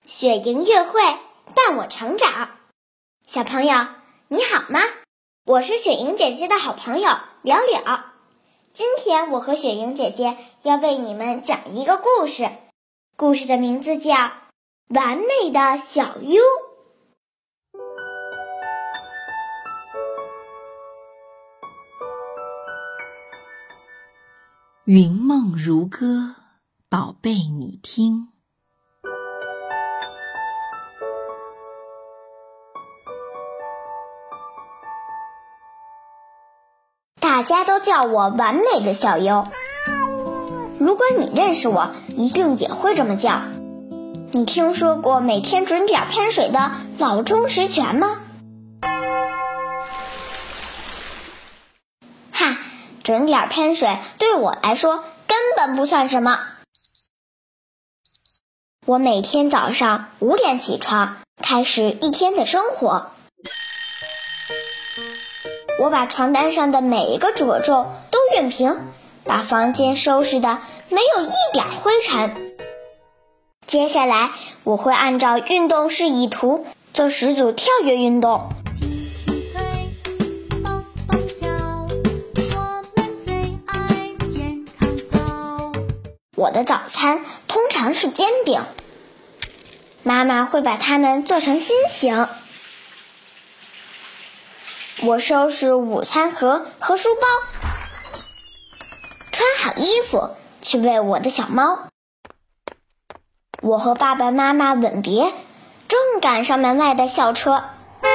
雪莹乐会伴我成长。小朋友你好吗？我是雪莹姐姐的好朋友了了。今天我和雪莹姐姐要为你们讲一个故事，故事的名字叫《完美的小优》。 云梦如歌，宝贝你听。 大家都叫我完美的小优，如果你认识我，一定也会这么叫。你听说过每天准点喷水的老钟实权吗？哈，准点喷水对我来说根本不算什么。我每天早上5点起床，开始一天的生活。我把床单上的每一个褶皱都熨平，把房间收拾得没有一点灰尘。接下来我会按照运动示意图做10组跳跃运动。我的早餐通常是煎饼，妈妈会把它们做成心形。我收拾午餐盒和书包，穿好衣服去喂我的小猫。我和爸爸妈妈吻别，正赶上门外的校车。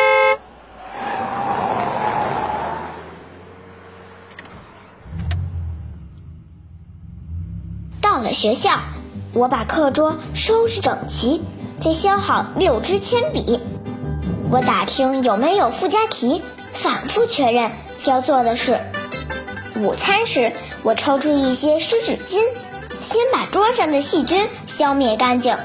到了学校，我把课桌收拾整齐，再削好6支铅笔。我打听有没有附加题，反复确认要做的事。午餐时，我抽出一些湿纸巾，先把桌上的细菌消灭干净。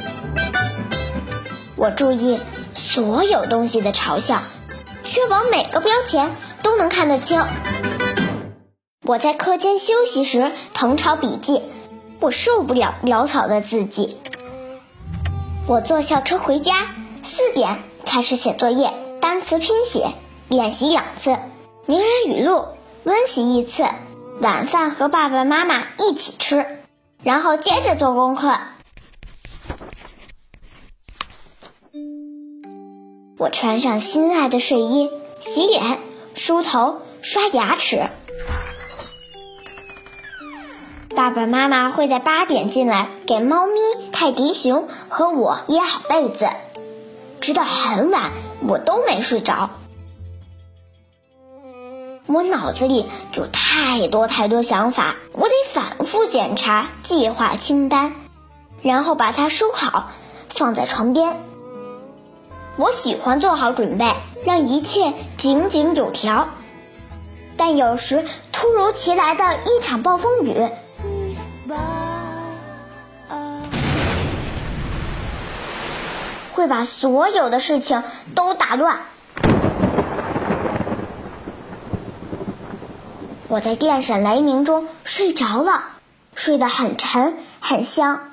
我注意所有东西的朝向，确保每个标签都能看得清。我在课间休息时誊抄笔记，我受不了潦草的字迹。我坐校车回家，4点开始写作业，单词拼写练习2次，名人语录温习1次，晚饭和爸爸妈妈一起吃，然后接着做功课。我穿上心爱的睡衣，洗脸、梳头、刷牙齿。爸爸妈妈会在8点进来，给猫咪、泰迪熊和我掖好被子，直到很晚我都没睡着。我脑子里有太多想法，我得反复检查计划清单，然后把它收好，放在床边。我喜欢做好准备，让一切井井有条，但有时突如其来的一场暴风雨会把所有的事情都打乱。我在电闪雷鸣中睡着了，睡得很沉很香。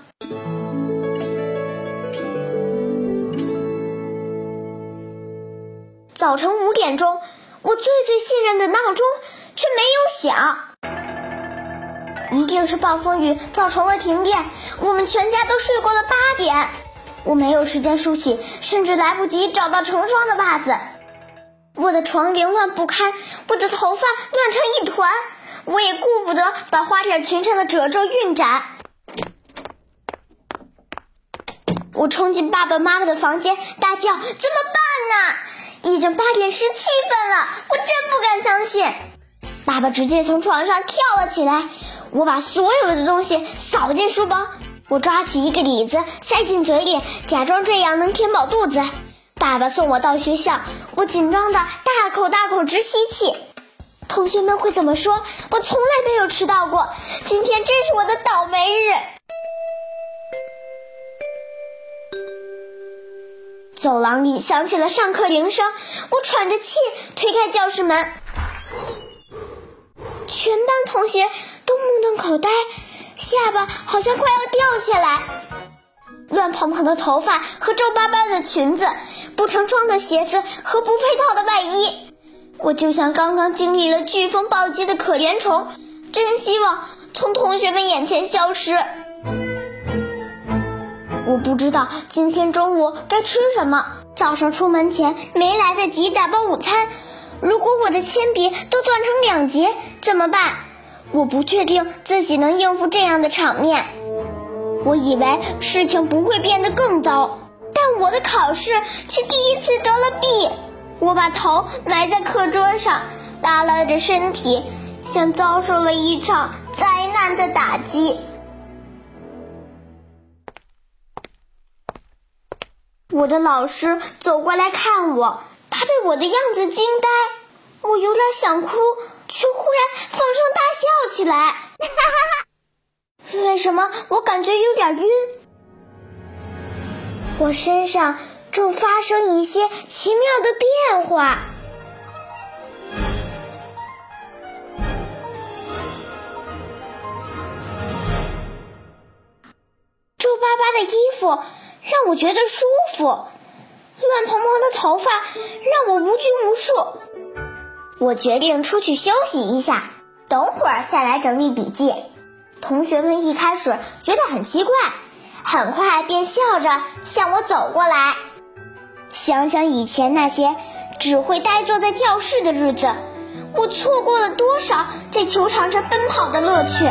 早晨5点钟，我最信任的闹钟却没有响。一定是暴风雨造成了停电，我们全家都睡过了8点。我没有时间梳洗，甚至来不及找到成双的袜子。我的床凌乱不堪，我的头发乱成一团，我也顾不得把花点裙上的褶皱熨展。我冲进爸爸妈妈的房间，大叫：怎么办呢？已经8点17分了，我真不敢相信。爸爸直接从床上跳了起来，我把所有的东西扫进书包。我抓起一个李子塞进嘴里，假装这样能填饱肚子。爸爸送我到学校，我紧张的大口直吸气。同学们会怎么说？我从来没有迟到过，今天真是我的倒霉日。走廊里响起了上课铃声，我喘着气推开教室门，全班同学都目瞪口呆，下巴好像快要掉下来。 乱蓬蓬的头发和皱巴巴的裙子，不成装的鞋子和不配套的外衣。我就像刚刚经历了飓风暴击的可怜虫，真希望从同学们眼前消失。我不知道今天中午该吃什么，早上出门前没来得及打包午餐。如果我的铅笔都断成2截怎么办？我不确定自己能应付这样的场面。我以为事情不会变得更糟，但我的考试却第一次得了 B。 我把头埋在课桌上，耷拉着身体，像遭受了一场灾难的打击。我的老师走过来看我，他被我的样子惊呆，我有点想哭，却忽然放声大笑起来。为什么我感觉有点晕？我身上正发生一些奇妙的变化。皱巴巴的衣服让我觉得舒服，乱蓬蓬的头发让我无拘无束。我决定出去休息一下，等会儿再来整理笔记。同学们一开始觉得很奇怪，很快便笑着向我走过来。想想以前那些只会呆坐在教室的日子，我错过了多少在球场上奔跑的乐趣。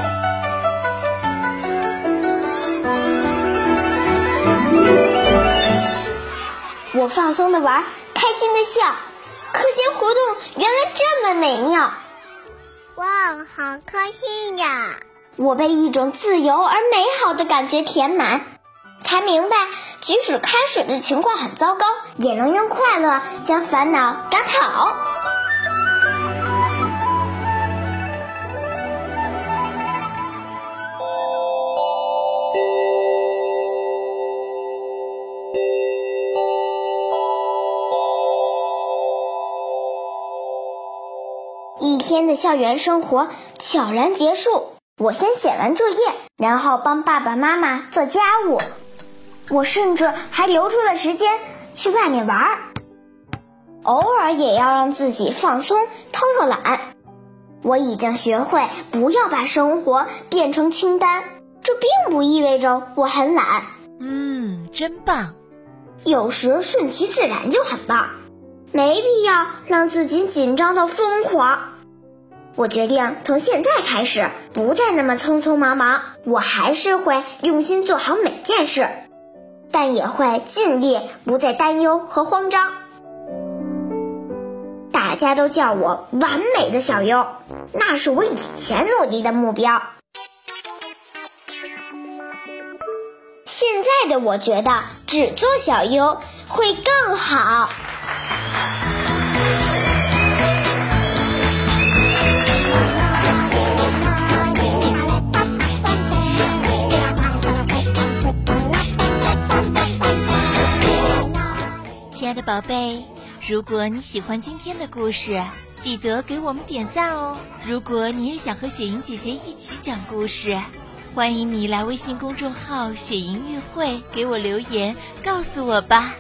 我放松地玩，开心地笑，课间活动原来这么美妙。 哇，好开心呀！ 我被一种自由而美好的感觉填满，才明白即使开始的情况很糟糕，也能用快乐将烦恼赶跑。一天的校园生活悄然结束，我先写完作业，然后帮爸爸妈妈做家务。我甚至还留出了时间去外面玩，偶尔也要让自己放松，偷偷懒。我已经学会不要把生活变成清单，这并不意味着我很懒。 真棒。 有时顺其自然就很棒，没必要让自己紧张到疯狂。我决定从现在开始不再那么匆匆忙忙，我还是会用心做好每件事，但也会尽力不再担忧和慌张。大家都叫我完美的小优，那是我以前努力的目标。现在的我觉得只做小优会更好。 亲爱的宝贝，如果你喜欢今天的故事，记得给我们点赞哦。如果你也想和雪莹姐姐一起讲故事，欢迎你来微信公众号雪莹音乐会给我留言告诉我吧。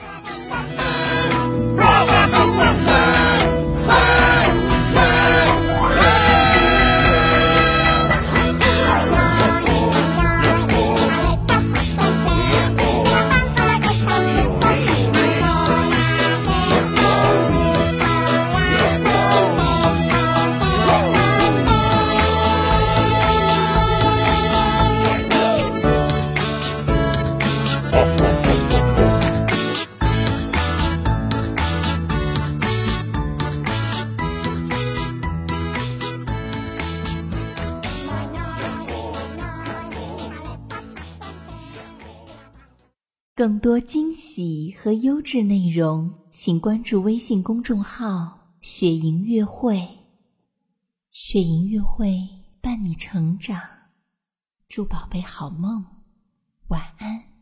更多惊喜和优质内容，请关注微信公众号“雪莹乐会”。雪莹乐会伴你成长，祝宝贝好梦，晚安。